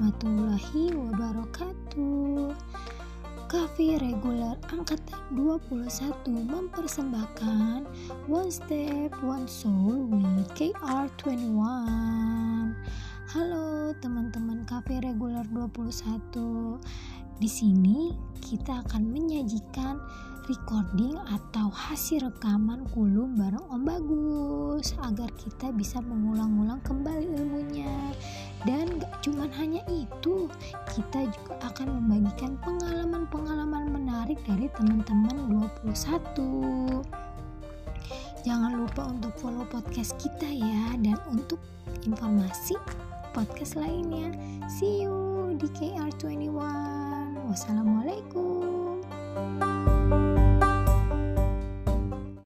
warahmatullahi wabarakatuh. Cafe Regular Angkatan 21 mempersembahkan One Step One Soul with KR21. Halo teman-teman Cafe Regular 21. Di sini kita akan menyajikan recording atau hasil rekaman kulum bareng Om Bagus agar kita bisa mengulang-ulang kembali ilmunya. Dan gak cuma hanya itu, kita juga akan membagikan pengalaman-pengalaman menarik dari teman-teman 21. Jangan lupa untuk follow podcast kita ya, dan untuk informasi podcast lainnya, see you di KR21. Wassalamualaikum.